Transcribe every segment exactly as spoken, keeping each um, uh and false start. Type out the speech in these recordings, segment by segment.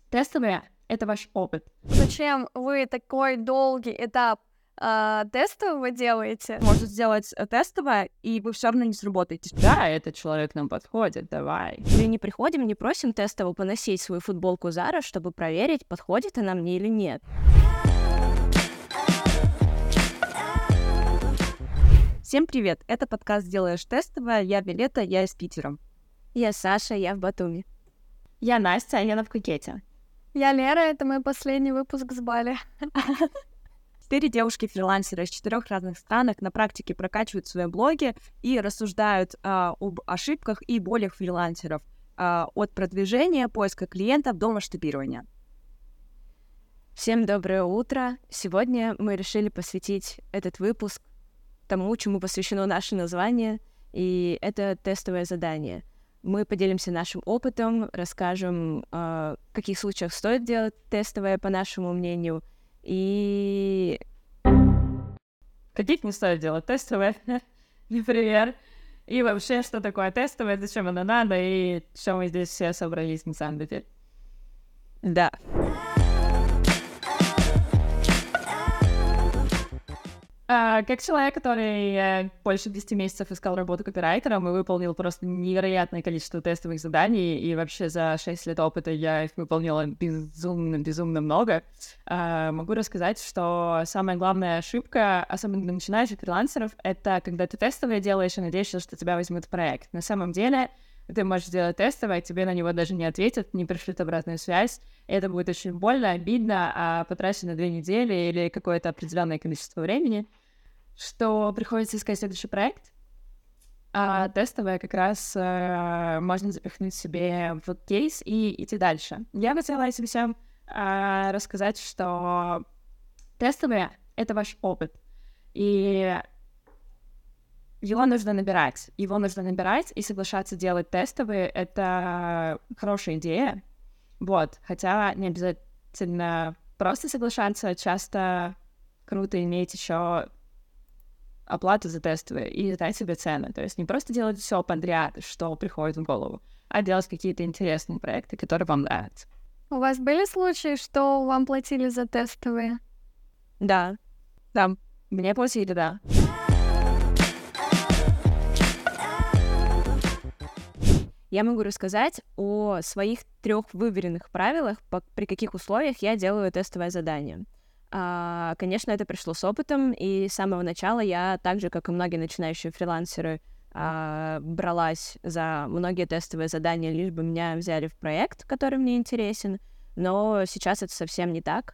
Тестовые — это ваш опыт. Зачем вы такой долгий этап э, тестового делаете? Можно сделать э, тестовое, и вы все равно не сработаете. Да, этот человек нам подходит, давай. Мы не приходим, не просим тестово поносить свою футболку Zara, чтобы проверить, подходит она мне или нет. Всем привет! Это подкаст «Делаешь тестовое». Я Виолетта, я из Питера. Я Саша, я в Батуми. Я Настя, а я на Пхукете. Я Лера, это мой последний выпуск с Бали. Четыре девушки-фрилансеры из четырех разных странах на практике прокачивают свои блоги и рассуждают а, об ошибках и болях фрилансеров а, от продвижения, поиска клиентов до масштабирования. Всем доброе утро! Сегодня мы решили посвятить этот выпуск тому, чему посвящено наше название, и это тестовое задание. Мы поделимся нашим опытом, расскажем, в каких случаях стоит делать тестовое, по нашему мнению, и... Каких не стоит делать тестовое, например, и вообще, что такое тестовое, зачем оно надо, и что мы здесь все собрались на самом деле. Да. Uh, как человек, который uh, больше десяти месяцев искал работу копирайтером и выполнил просто невероятное количество тестовых заданий, и вообще за шесть лет опыта я их выполнила безумно-безумно много, uh, могу рассказать, что самая главная ошибка, особенно для начинающих фрилансеров, это когда ты тестовое делаешь и надеешься, что тебя возьмут в проект. На самом деле ты можешь сделать тестовое, тебе на него даже не ответят, не пришлют обратную связь, и это будет очень больно, обидно, а потратить на две недели или какое-то определенное количество времени, что приходится искать следующий проект, а тестовое как раз э, можно запихнуть себе в кейс и идти дальше. Я хотела этим всем э, рассказать, что тестовое — это ваш опыт, и его нужно набирать. Его нужно набирать, и соглашаться делать тестовые — это хорошая идея. Вот. Хотя не обязательно просто соглашаться. Часто круто иметь еще оплату за тестовые и знать себе цены. То есть не просто делать все подряд, что приходит в голову, а делать какие-то интересные проекты, которые вам нравятся. У вас были случаи, что вам платили за тестовые? Да. Да. Мне платили, да. Я могу рассказать о своих трех выверенных правилах, по, при каких условиях я делаю тестовое задание. А, конечно, это пришло с опытом, и с самого начала я, так же, как и многие начинающие фрилансеры, а, бралась за многие тестовые задания, лишь бы меня взяли в проект, который мне интересен, но сейчас это совсем не так.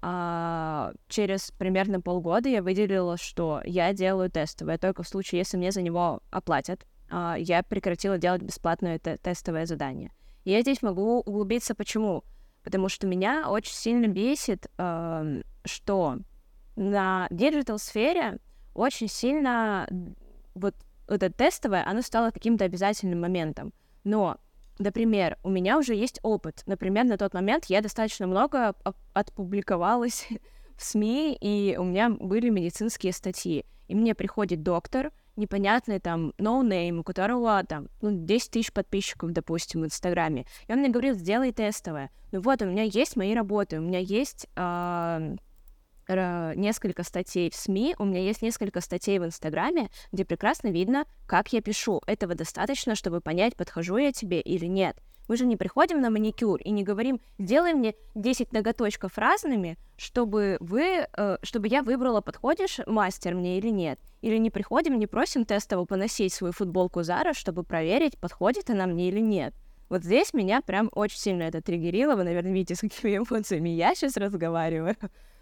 А, через примерно полгода я выделила, что я делаю тестовое только в случае, если мне за него оплатят. Я прекратила делать бесплатное те- тестовое задание. И я здесь могу углубиться, почему. Потому что меня очень сильно бесит, э, что на диджитал-сфере очень сильно вот это тестовое, оно стало каким-то обязательным моментом. Но, например, у меня уже есть опыт. Например, на тот момент я достаточно много отпубликовалась в СМИ, и у меня были медицинские статьи. И мне приходит доктор, непонятный там ноунейм, у которого там ну, десять тысяч подписчиков, допустим, в Инстаграме. И он мне говорил, сделай тестовое. Ну вот, у меня есть мои работы, у меня есть э, э, несколько статей в СМИ, у меня есть несколько статей в Инстаграме, где прекрасно видно, как я пишу. Этого достаточно, чтобы понять, подхожу я тебе или нет. Мы же не приходим на маникюр и не говорим, сделай мне десять ноготочков разными, чтобы, вы, э, чтобы я выбрала, подходишь мастер мне или нет. Или не приходим, не просим тестово поносить свою футболку Zara, чтобы проверить, подходит она мне или нет. Вот здесь меня прям очень сильно это триггерило. Вы, наверное, видите, с какими эмоциями я сейчас разговариваю.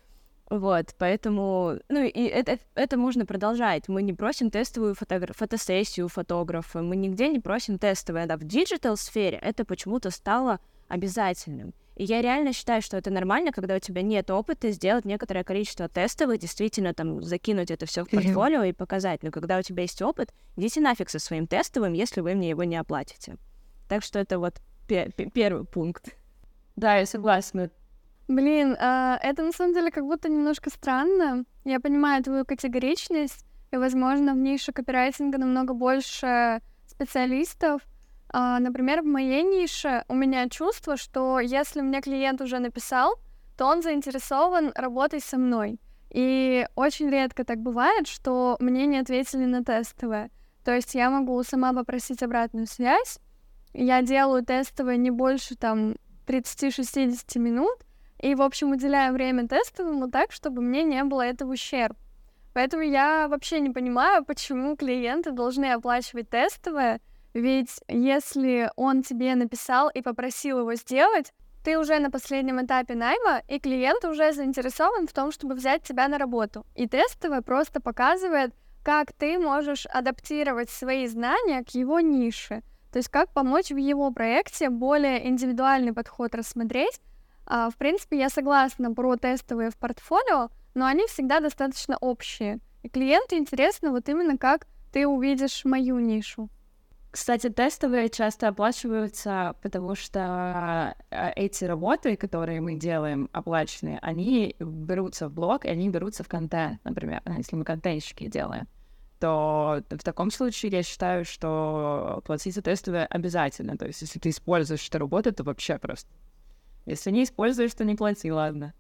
Вот, поэтому, ну, и это, это можно продолжать. Мы не просим тестовую фотогра- фотосессию фотографа, мы нигде не просим тестовое. Да, в диджитал-сфере это почему-то стало обязательным. И я реально считаю, что это нормально, когда у тебя нет опыта, сделать некоторое количество тестовых, действительно там закинуть это все в портфолио и показать. Но когда у тебя есть опыт, идите нафиг со своим тестовым, если вы мне его не оплатите. Так что это вот пе- пе- первый пункт. Да, я согласна. Блин, э, это на самом деле как будто немножко странно. Я понимаю твою категоричность, и, возможно, в нише копирайтинга намного больше специалистов, А, например, в моей нише у меня чувство, что если мне клиент уже написал, то он заинтересован работать со мной. И очень редко так бывает, что мне не ответили на тестовое. То есть я могу сама попросить обратную связь, я делаю тестовое не больше там тридцать-шестьдесят минут, и, в общем, уделяю время тестовому так, чтобы мне не было этого ущерб. Поэтому я вообще не понимаю, почему клиенты должны оплачивать тестовое, ведь если он тебе написал и попросил его сделать, ты уже на последнем этапе найма, и клиент уже заинтересован в том, чтобы взять тебя на работу. И тестовое просто показывает, как ты можешь адаптировать свои знания к его нише. То есть как помочь в его проекте более индивидуальный подход рассмотреть. А, в принципе, я согласна про тестовые в портфолио, но они всегда достаточно общие. И клиенту интересно вот именно как ты увидишь мою нишу. Кстати, тестовые часто оплачиваются, потому что эти работы, которые мы делаем, оплаченные, они берутся в блог, и они берутся в контент, например, если мы контентщики делаем, то в таком случае я считаю, что платить за тестовые обязательно. То есть если ты используешь эту работу, то вообще просто. Если не используешь, то не плати, ладно.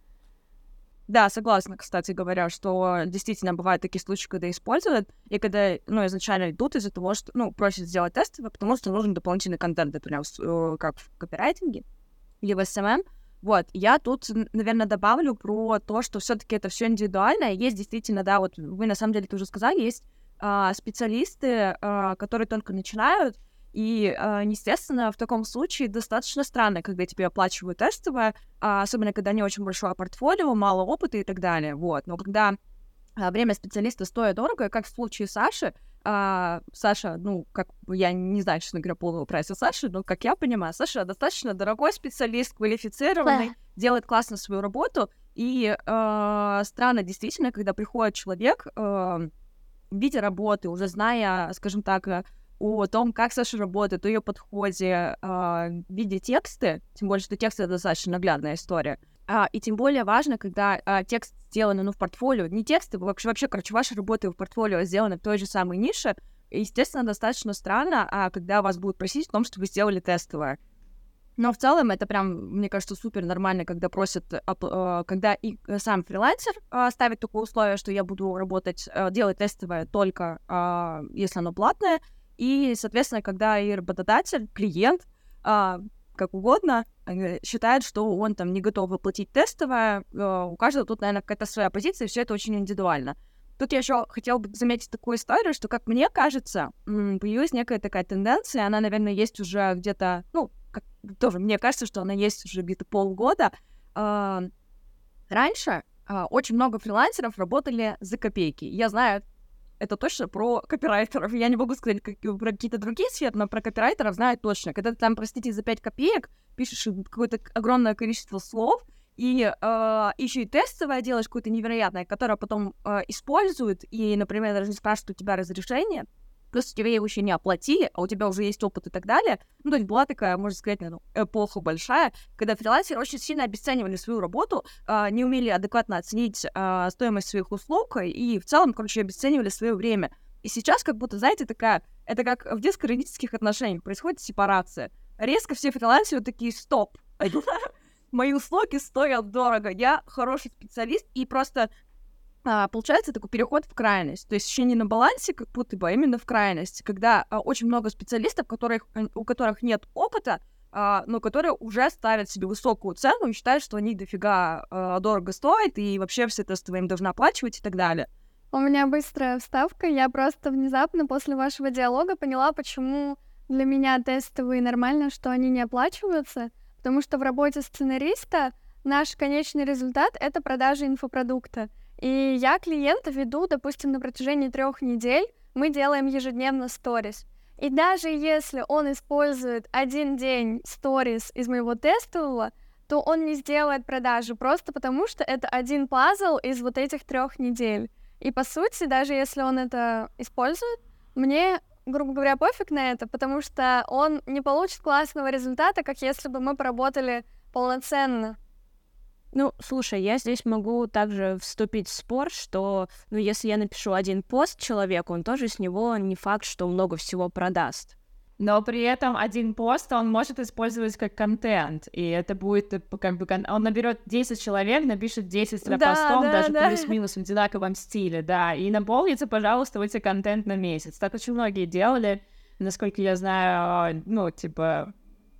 Да, согласна, кстати говоря, что действительно бывают такие случаи, когда используют, и когда, ну, изначально идут из-за того, что, ну, просят сделать тестовое, потому что нужен дополнительный контент, например, как в копирайтинге или в эс эм эм. Вот, я тут, наверное, добавлю про то, что все-таки это все индивидуально. Есть действительно, да, вот вы на самом деле тоже сказали, есть а, специалисты, а, которые только начинают, и, а, естественно, в таком случае достаточно странно, когда тебе оплачивают тестовое, а, особенно когда не очень большое портфолио, мало опыта и так далее, вот. Но когда а, время специалиста стоит дорого, как в случае Саши, а, Саша, ну, как я не знаю, честно говоря, полного прайса Саши, но, как я понимаю, Саша достаточно дорогой специалист, квалифицированный, да. Делает классно свою работу, и а, странно действительно, когда приходит человек, а, видя работы, уже зная, скажем так, о том, как Саша работает, о ее подходе, э, видя тексты, тем более, что тексты — это достаточно наглядная история, а, и тем более важно, когда а, текст сделан, ну, в портфолио, не тексты, вообще, вообще, короче, ваши работы в портфолио сделаны в той же самой нише, и, естественно, достаточно странно, а, когда вас будут просить о том, чтобы вы сделали тестовое. Но в целом это прям, мне кажется, супер нормально, когда просят, а, когда и сам фрилансер а, ставит такое условие, что я буду работать, а, делать тестовое только а, если оно платное. И, соответственно, когда и работодатель, клиент, а, как угодно, считает, что он там не готов выплатить тестовое, а, у каждого тут, наверное, какая-то своя позиция, и все это очень индивидуально. Тут я еще хотела бы заметить такую историю, что, как мне кажется, появилась некая такая тенденция, она, наверное, есть уже где-то, ну, как, тоже мне кажется, что она есть уже где-то полгода. А, раньше а, очень много фрилансеров работали за копейки. Я знаю, это точно про копирайтеров. Я не могу сказать как, про какие-то другие сферы, но про копирайтеров знаю точно. Когда ты там, простите, за пять копеек пишешь какое-то огромное количество слов, и э, еще и тестовое делаешь какое-то невероятное, которое потом э, используют, и, например, даже не спрашивают у тебя разрешение, просто тебе его еще не оплатили, а у тебя уже есть опыт и так далее. Ну, то есть была такая, можно сказать, наверное, эпоха большая, когда фрилансеры очень сильно обесценивали свою работу, э, не умели адекватно оценить э, стоимость своих услуг, и в целом, короче, обесценивали свое время. И сейчас как будто, знаете, такая, это как в детско-родительских отношениях, происходит сепарация. Резко все фрилансеры такие: стоп, мои услуги стоят дорого, я хороший специалист, и просто а, получается такой переход в крайность. То есть еще не на балансе, как будто бы, а именно в крайность, когда а, очень много специалистов, которых, у которых нет опыта, а, но которые уже ставят себе высокую цену и считают, что они дофига а, дорого стоят, и вообще все тестовые им должны оплачивать и так далее. У меня быстрая вставка. Я просто внезапно после вашего диалога поняла, почему для меня тестовые нормально, что они не оплачиваются, потому что в работе сценариста наш конечный результат — это продажа инфопродукта. И я клиента веду, допустим, на протяжении трех недель, мы делаем ежедневно сторис. И даже если он использует один день сторис из моего тестового, то он не сделает продажи, просто потому что это один пазл из вот этих трех недель. И по сути, даже если он это использует, мне, грубо говоря, пофиг на это, потому что он не получит классного результата, как если бы мы поработали полноценно. Ну, слушай, я здесь могу также вступить в спор, что, ну, если я напишу один пост человеку, он тоже с него не факт, что много всего продаст. Но при этом один пост он может использовать как контент, и это будет как бы... Кон... Он наберет десять человек, напишет десять Да, постов, да, даже да. плюс-минус в одинаковом стиле, да, и наполнится, пожалуйста, у тебя контент на месяц. Так очень многие делали, насколько я знаю, ну, типа,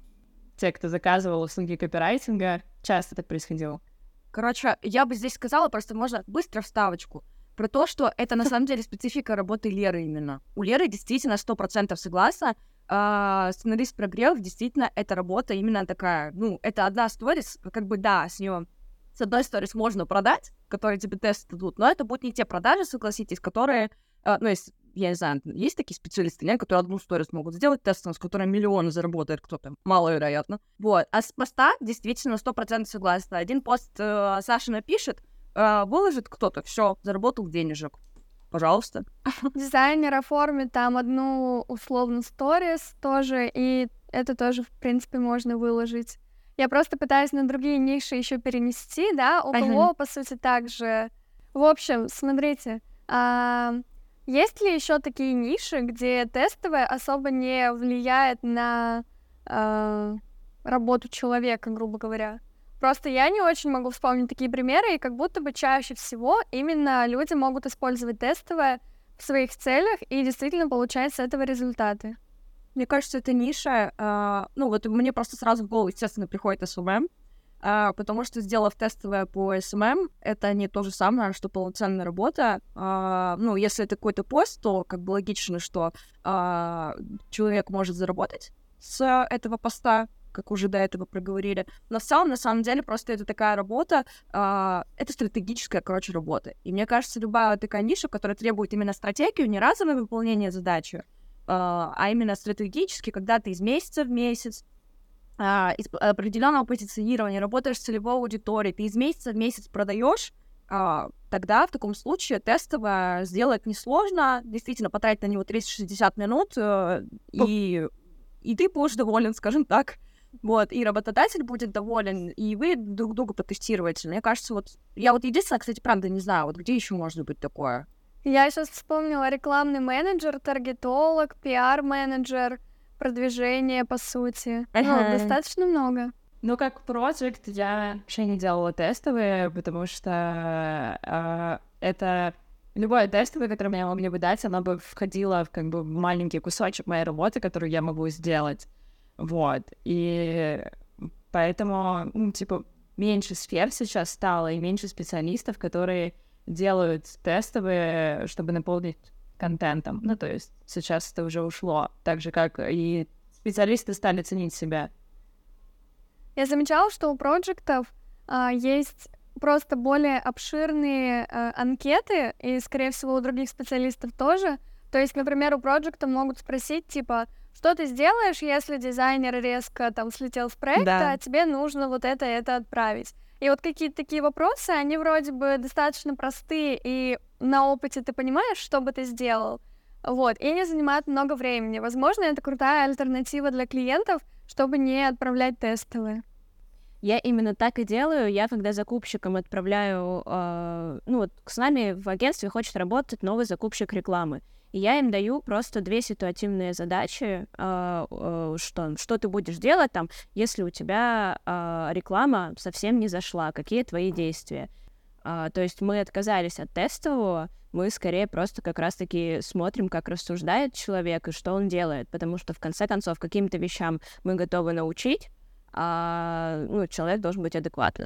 те, кто заказывал услуги копирайтинга, часто так происходило. Короче, я бы здесь сказала, просто можно быстро вставочку, про то, что это на самом деле специфика работы Леры именно. У Леры действительно сто процентов согласна. Uh, сценарист прогрев, действительно, эта работа именно такая, ну, это одна сторис, как бы, да, с нее с одной сторис можно продать, которые тебе тесты дадут, но это будут не те продажи, согласитесь, которые, uh, ну, есть, я не знаю, есть такие специалисты, нет, которые одну сторис могут сделать тестом, с которой миллионы заработает кто-то, маловероятно, вот, а с поста действительно сто процентов согласна. Один пост uh, Саша напишет, uh, выложит кто-то, все, заработал денежек. Пожалуйста. Дизайнер оформит там одну условно сторис тоже, и это тоже, в принципе, можно выложить. Я просто пытаюсь на другие ниши еще перенести, да, у кого, по сути, также. В общем, смотрите, а, есть ли еще такие ниши, где тестовое особо не влияет на а, работу человека, грубо говоря? Просто я не очень могу вспомнить такие примеры, и как будто бы чаще всего именно люди могут использовать тестовое в своих целях и действительно получать с этого результаты. Мне кажется, это ниша, э, ну вот мне просто сразу в голову, естественно, приходит эс эм эм, э, потому что, сделав тестовое по эс эм эм, это не то же самое, что полноценная работа. Э, ну, если это какой-то пост, то как бы логично, что э, человек может заработать с этого поста, как уже до этого проговорили. Но в целом, на самом деле, просто это такая работа, э, это стратегическая, короче, работа. И мне кажется, любая такая ниша, которая требует именно стратегию, не разовое выполнение задачи, э, а именно стратегически, когда ты из месяца в месяц, э, из определенного позиционирования, работаешь с целевой аудиторией, ты из месяца в месяц продаешь, э, тогда в таком случае тестовое сделать несложно, действительно потратить на него триста шестьдесят минут, э, и, и ты будешь доволен, скажем так. Вот, и работодатель будет доволен, и вы друг друга потестируете. Мне кажется, вот... Я вот единственное, кстати, правда не знаю, вот где еще может быть такое? Я сейчас вспомнила рекламный менеджер, таргетолог, пиар-менеджер, продвижение, по сути. Ага. Ну, достаточно много. Ну, как проект я вообще не делала тестовые, потому что э, это... Любое тестовое, которое мне могли бы дать, оно бы входило в как бы маленький кусочек моей работы, которую я могу сделать. Вот, и поэтому, ну, типа, меньше сфер сейчас стало, и меньше специалистов, которые делают тестовые, чтобы наполнить контентом. Ну, то есть сейчас это уже ушло, так же, как и специалисты стали ценить себя. Я замечала, что у проектов а, есть просто более обширные а, анкеты, и, скорее всего, у других специалистов тоже. То есть, например, у проекта могут спросить, типа, что ты сделаешь, если дизайнер резко там слетел с проекта, Да. а тебе нужно вот это и это отправить. И вот какие-то такие вопросы, они вроде бы достаточно простые, и на опыте ты понимаешь, что бы ты сделал, вот, и не занимают много времени. Возможно, это крутая альтернатива для клиентов, чтобы не отправлять тестовые. Я именно так и делаю. Я, когда закупщикам отправляю... Э, ну, вот с нами в агентстве хочет работать новый закупщик рекламы. И я им даю просто две ситуативные задачи, э, э, что, что ты будешь делать там, если у тебя э, реклама совсем не зашла, какие твои действия. Э, то есть мы отказались от тестового, мы скорее просто как раз-таки смотрим, как рассуждает человек и что он делает, потому что, в конце концов, каким-то вещам мы готовы научить, а ну, человек должен быть адекватным.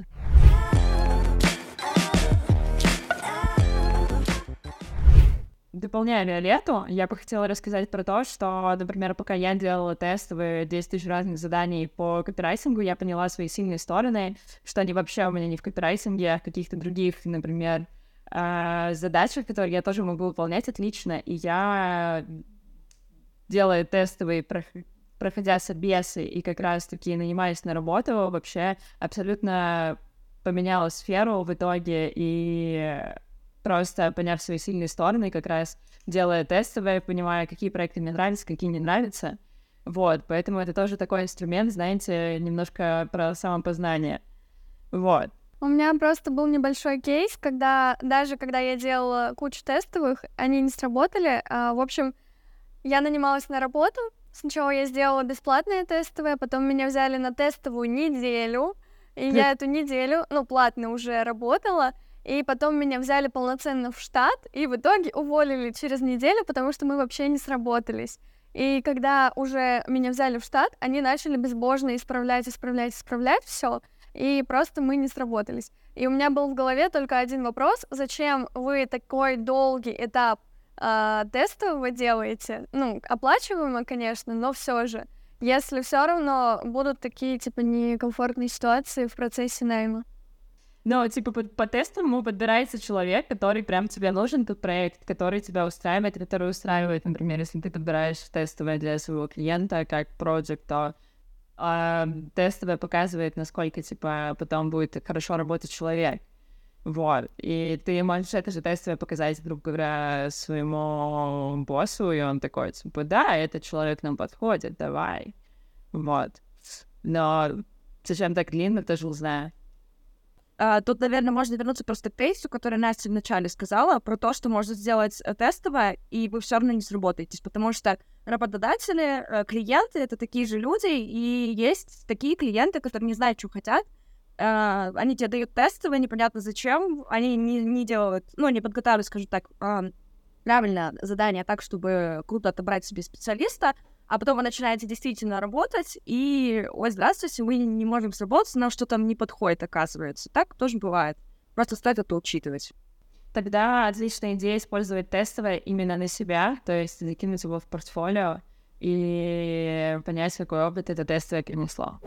Дополняя Виолетту, я бы хотела рассказать про то, что, например, пока я делала тестовые десять тысяч разных заданий по копирайтингу, я поняла свои сильные стороны, что они вообще у меня не в копирайтинге, а в каких-то других, например, задачах, которые я тоже могу выполнять отлично. И я, делая тестовые, проходя собесы и как раз-таки нанимаясь на работу, вообще абсолютно поменяла сферу в итоге и... просто поняв свои сильные стороны, как раз делая тестовые, понимая, какие проекты мне нравятся, какие не нравятся. Вот, поэтому это тоже такой инструмент, знаете, немножко про самопознание. Вот. У меня просто был небольшой кейс, когда даже когда я делала кучу тестовых, они не сработали. А, в общем, я нанималась на работу, Сначала я сделала бесплатное тестовое, потом меня взяли на тестовую неделю, и я эту неделю, ну, платно уже работала, и потом меня взяли полноценно в штат, и в итоге уволили через неделю, потому что мы вообще не сработались. И когда уже меня взяли в штат, они начали безбожно исправлять, исправлять, исправлять все, и просто мы не сработались. И у меня был в голове только один вопрос: зачем вы такой долгий этап э, тестового делаете? Ну, оплачиваемо, конечно, но все же. Если все равно будут такие, типа, некомфортные ситуации в процессе найма. Но, типа, по, по тестовому подбирается человек, который прям тебе нужен, тот проект, который тебя устраивает, который устраивает, например, если ты подбираешь тестовое для своего клиента как проект, то э, тестовое показывает, насколько, типа, потом будет хорошо работать человек. Вот. И ты можешь это же тестовое показать, грубо говоря, своему боссу, и он такой, типа, да, этот человек нам подходит, давай. Вот. Но зачем так длинно, тоже узнаю. Uh, тут, наверное, можно вернуться просто к кейсу, который Настя вначале сказала, про то, что можно сделать тестовое, и вы все равно не сработаетесь, потому что работодатели, клиенты — это такие же люди, и есть такие клиенты, которые не знают, что хотят. Uh, они тебе дают тестовое, непонятно зачем, они не, не делают, ну, не подготавливают, скажем так, uh, правильно задание так, чтобы круто отобрать себе специалиста, а потом вы начинаете действительно работать, и, ой, здравствуйте, мы не можем сработаться, нам что-то не подходит, оказывается. Так тоже бывает. Просто стоит это учитывать. Тогда отличная идея использовать тестовое именно на себя, то есть закинуть его в портфолио и понять, какой опыт это тестовое принесло.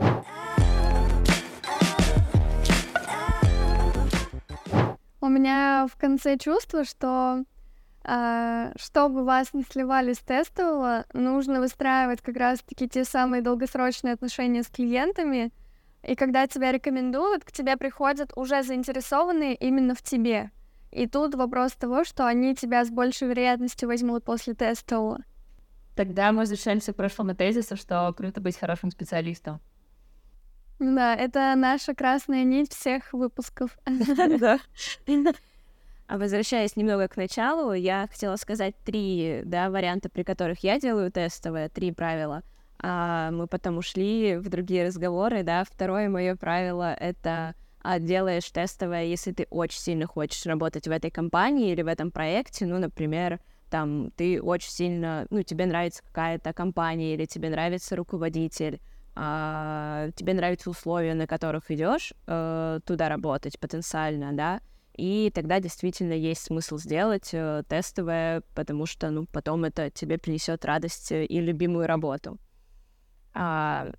У меня в конце чувство, что Uh, чтобы вас не сливали с тестового, нужно выстраивать как раз-таки те самые долгосрочные отношения с клиентами, и когда тебя рекомендуют, к тебе приходят уже заинтересованные именно в тебе. И тут вопрос того, что они тебя с большей вероятностью возьмут после тестового. Тогда мы возвращаемся к прошлому тезису, что круто быть хорошим специалистом. Да, это наша красная нить всех выпусков. Да. А возвращаясь немного к началу, я хотела сказать три, да, варианта, при которых я делаю тестовое, три правила. А мы потом ушли в другие разговоры, да. Второе мое правило — это а, делаешь тестовое, если ты очень сильно хочешь работать в этой компании или в этом проекте. Ну, например, там ты очень сильно, ну, тебе нравится какая-то компания или тебе нравится руководитель, а, тебе нравятся условия, на которых идешь э, туда работать потенциально, да. И тогда действительно есть смысл сделать э, тестовое, потому что, ну, потом это тебе принесет радость и любимую работу. А...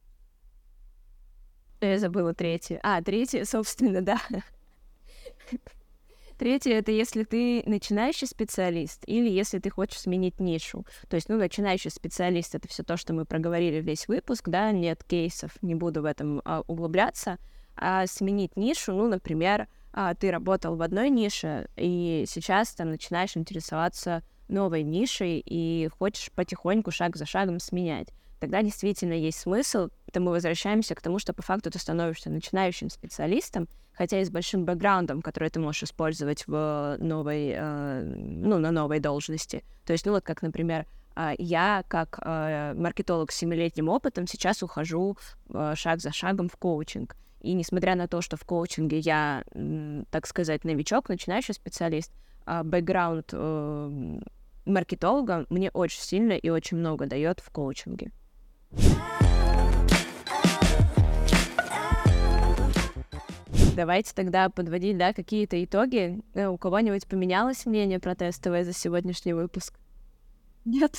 Я забыла третье. А, третье, собственно, да. Третье — это если ты начинающий специалист или если ты хочешь сменить нишу. То есть, ну, начинающий специалист — это все то, что мы проговорили весь выпуск, да, нет кейсов, не буду в этом а, углубляться. А сменить нишу, ну, например, а, ты работал в одной нише, и сейчас там начинаешь интересоваться новой нишей и хочешь потихоньку, шаг за шагом сменять. Тогда действительно есть смысл, то мы возвращаемся к тому, что по факту ты становишься начинающим специалистом, хотя и с большим бэкграундом, который ты можешь использовать в новой, э, ну, на новой должности. То есть, ну, вот как, например, э, я, как э, маркетолог с семилетним опытом, сейчас ухожу э, шаг за шагом в коучинг. И несмотря на то, что в коучинге я, так сказать, новичок, начинающий специалист, бэкграунд э, маркетолога мне очень сильно и очень много дает в коучинге. Давайте тогда подводить, да, какие-то итоги. У кого-нибудь поменялось мнение про тестовое за сегодняшний выпуск? Нет.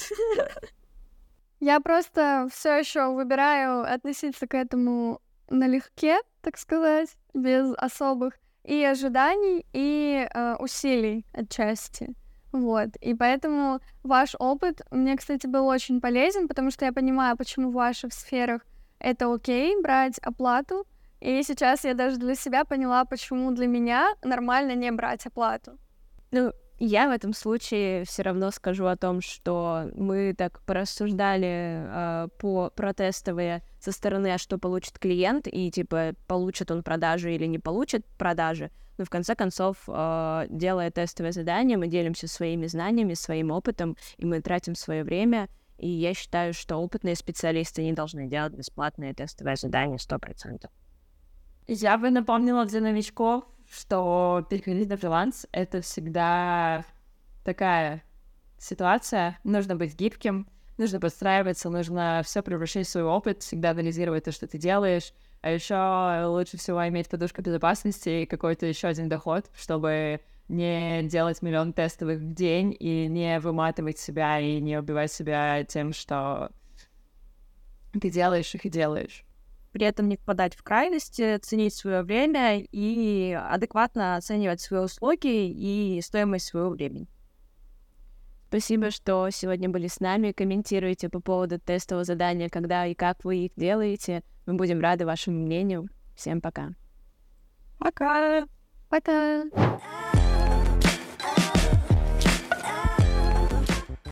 Я просто все еще выбираю относиться к этому налегке, так сказать, без особых и ожиданий, и э, усилий отчасти. Вот. И поэтому ваш опыт мне, кстати, был очень полезен, потому что я понимаю, почему в ваших сферах это окей брать оплату. И сейчас я даже для себя поняла, почему для меня нормально не брать оплату. Ну, я в этом случае все равно скажу о том, что мы так порассуждали э, по протестовые со стороны, а что получит клиент, и типа получит он продажи или не получит продажи. Но в конце концов, э, делая тестовое задание, мы делимся своими знаниями, своим опытом, и мы тратим свое время. И я считаю, что опытные специалисты не должны делать бесплатные тестовые задания сто процентов. Я бы напомнила для новичков, что переходить на фриланс — это всегда такая ситуация. Нужно быть гибким, нужно подстраиваться, нужно все превращать в свой опыт, всегда анализировать то, что ты делаешь. А еще лучше всего иметь подушку безопасности и какой-то еще один доход, чтобы не делать миллион тестовых в день и не выматывать себя и не убивать себя тем, что ты делаешь их и делаешь. При этом не впадать в крайности, ценить свое время и адекватно оценивать свои услуги и стоимость своего времени. Спасибо, что сегодня были с нами. Комментируйте по поводу тестового задания, когда и как вы их делаете. Мы будем рады вашему мнению. Всем пока. Пока! Пока!